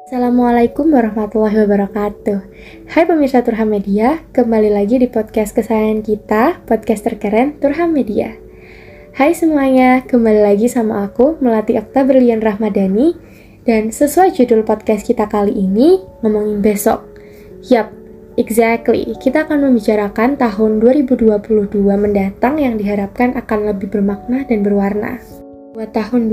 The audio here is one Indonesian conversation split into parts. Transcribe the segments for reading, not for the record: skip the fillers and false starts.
Assalamualaikum warahmatullahi wabarakatuh. Hai pemirsa Turham Media, kembali lagi di podcast kesayangan kita, podcast terkeren Turham Media. Hai semuanya, kembali lagi sama aku, Melati Okta Berlian Rahmadani. Dan sesuai judul podcast kita kali ini, ngomongin besok. Yap, exactly, kita akan membicarakan tahun 2022 mendatang yang diharapkan akan lebih bermakna dan berwarna. Buat tahun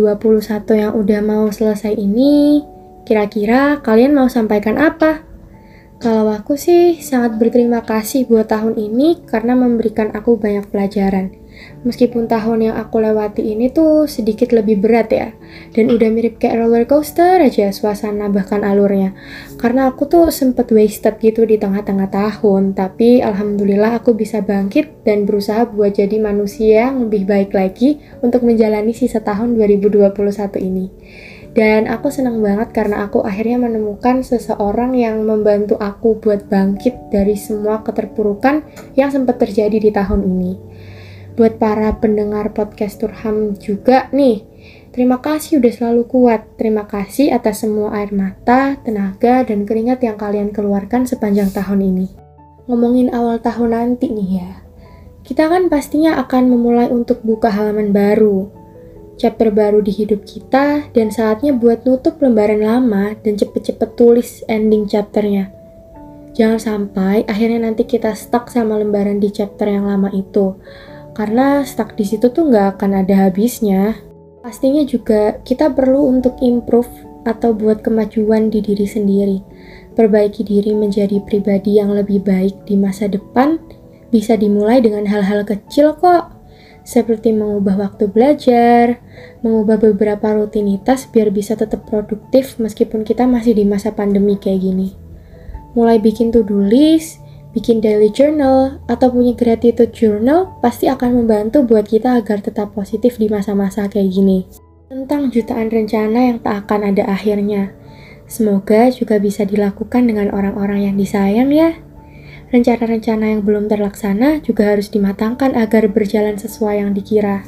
2021 yang udah mau selesai ini, kira-kira kalian mau sampaikan apa? Kalau aku sih sangat berterima kasih buat tahun ini karena memberikan aku banyak pelajaran. Meskipun tahun yang aku lewati ini tuh sedikit lebih berat ya, dan udah mirip kayak roller coaster aja suasana bahkan alurnya. Karena aku tuh sempet wasted gitu di tengah-tengah tahun, tapi alhamdulillah aku bisa bangkit dan berusaha buat jadi manusia yang lebih baik lagi untuk menjalani sisa tahun 2021 ini. Dan aku senang banget karena aku akhirnya menemukan seseorang yang membantu aku buat bangkit dari semua keterpurukan yang sempat terjadi di tahun ini. Buat para pendengar podcast Turham juga nih, terima kasih udah selalu kuat. Terima kasih atas semua air mata, tenaga, dan keringat yang kalian keluarkan sepanjang tahun ini. Ngomongin awal tahun nanti nih ya, kita kan pastinya akan memulai untuk buka halaman baru, chapter baru di hidup kita, dan saatnya buat nutup lembaran lama dan cepet-cepet tulis ending chapternya. Jangan sampai akhirnya nanti kita stuck sama lembaran di chapter yang lama itu, karena stuck di situ tuh nggak akan ada habisnya. Pastinya juga kita perlu untuk improve atau buat kemajuan di diri sendiri, perbaiki diri menjadi pribadi yang lebih baik di masa depan. Bisa dimulai dengan hal-hal kecil kok, seperti mengubah waktu belajar, mengubah beberapa rutinitas biar bisa tetap produktif meskipun kita masih di masa pandemi kayak gini. Mulai bikin to-do list, bikin daily journal, atau punya gratitude journal pasti akan membantu buat kita agar tetap positif di masa-masa kayak gini. Tentang jutaan rencana yang tak akan ada akhirnya. Semoga juga bisa dilakukan dengan orang-orang yang disayang ya. Rencana-rencana yang belum terlaksana juga harus dimatangkan agar berjalan sesuai yang dikira.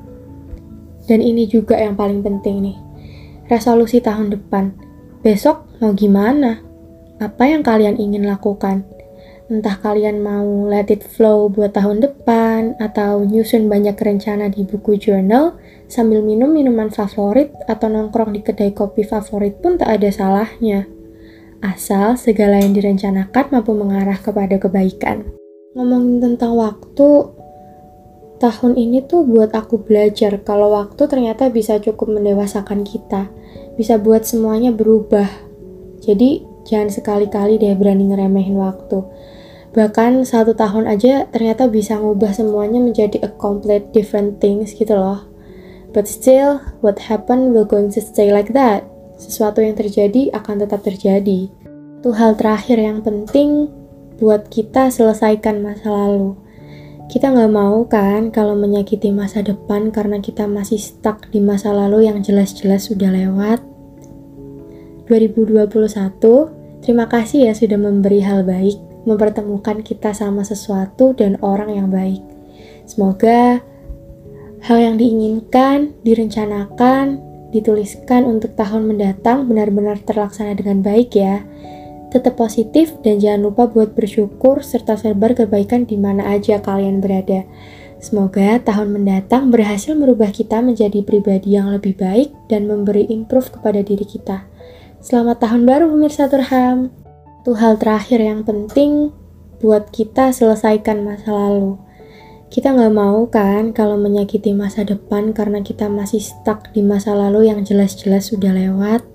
Dan ini juga yang paling penting nih, resolusi tahun depan. Besok mau gimana? Apa yang kalian ingin lakukan? Entah kalian mau let it flow buat tahun depan, atau nyusun banyak rencana di buku journal, sambil minum minuman favorit, atau nongkrong di kedai kopi favorit pun tak ada salahnya. Asal segala yang direncanakan mampu mengarah kepada kebaikan. Ngomongin tentang waktu, tahun ini tuh buat aku belajar kalau waktu ternyata bisa cukup mendewasakan kita, bisa buat semuanya berubah. Jadi jangan sekali-kali deh berani ngeremehin waktu. Bahkan 1 tahun aja ternyata bisa ngubah semuanya menjadi a complete different things gitu loh. But still, what happened will going to stay like that. Sesuatu yang terjadi akan tetap terjadi. Itu hal terakhir yang penting buat kita selesaikan masa lalu. Kita nggak mau kan kalau menyakiti masa depan karena kita masih stuck di masa lalu yang jelas-jelas sudah lewat. 2021, terima kasih ya sudah memberi hal baik, mempertemukan kita sama sesuatu dan orang yang baik. Semoga hal yang diinginkan, direncanakan, dituliskan untuk tahun mendatang benar-benar terlaksana dengan baik ya. Tetap positif dan jangan lupa buat bersyukur serta sebar kebaikan di mana aja kalian berada. Semoga tahun mendatang berhasil merubah kita menjadi pribadi yang lebih baik dan memberi improve kepada diri kita. Selamat tahun baru pemirsa Turham. Itu hal terakhir yang penting buat kita selesaikan masa lalu. Kita nggak mau kan kalau menyakiti masa depan karena kita masih stuck di masa lalu yang jelas-jelas sudah lewat.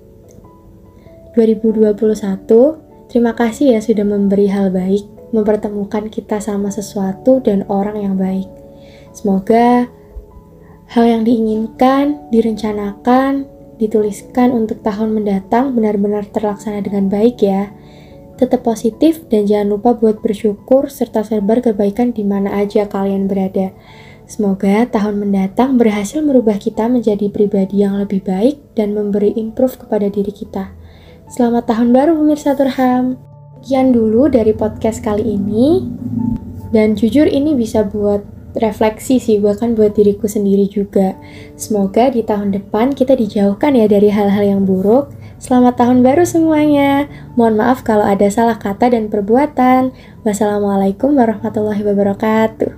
2021, terima kasih ya sudah memberi hal baik, mempertemukan kita sama sesuatu dan orang yang baik. Semoga hal yang diinginkan, direncanakan, dituliskan untuk tahun mendatang benar-benar terlaksana dengan baik ya. Tetap positif dan jangan lupa buat bersyukur serta sebar kebaikan di mana aja kalian berada. Semoga tahun mendatang berhasil merubah kita menjadi pribadi yang lebih baik dan memberi improve kepada diri kita. Selamat tahun baru pemirsa Turham. Sekian dulu dari podcast kali ini. Dan jujur ini bisa buat refleksi sih, bahkan buat diriku sendiri juga. Semoga di tahun depan kita dijauhkan ya dari hal-hal yang buruk, Selamat tahun baru semuanya. Mohon maaf kalau ada salah kata dan perbuatan. Wassalamualaikum warahmatullahi wabarakatuh.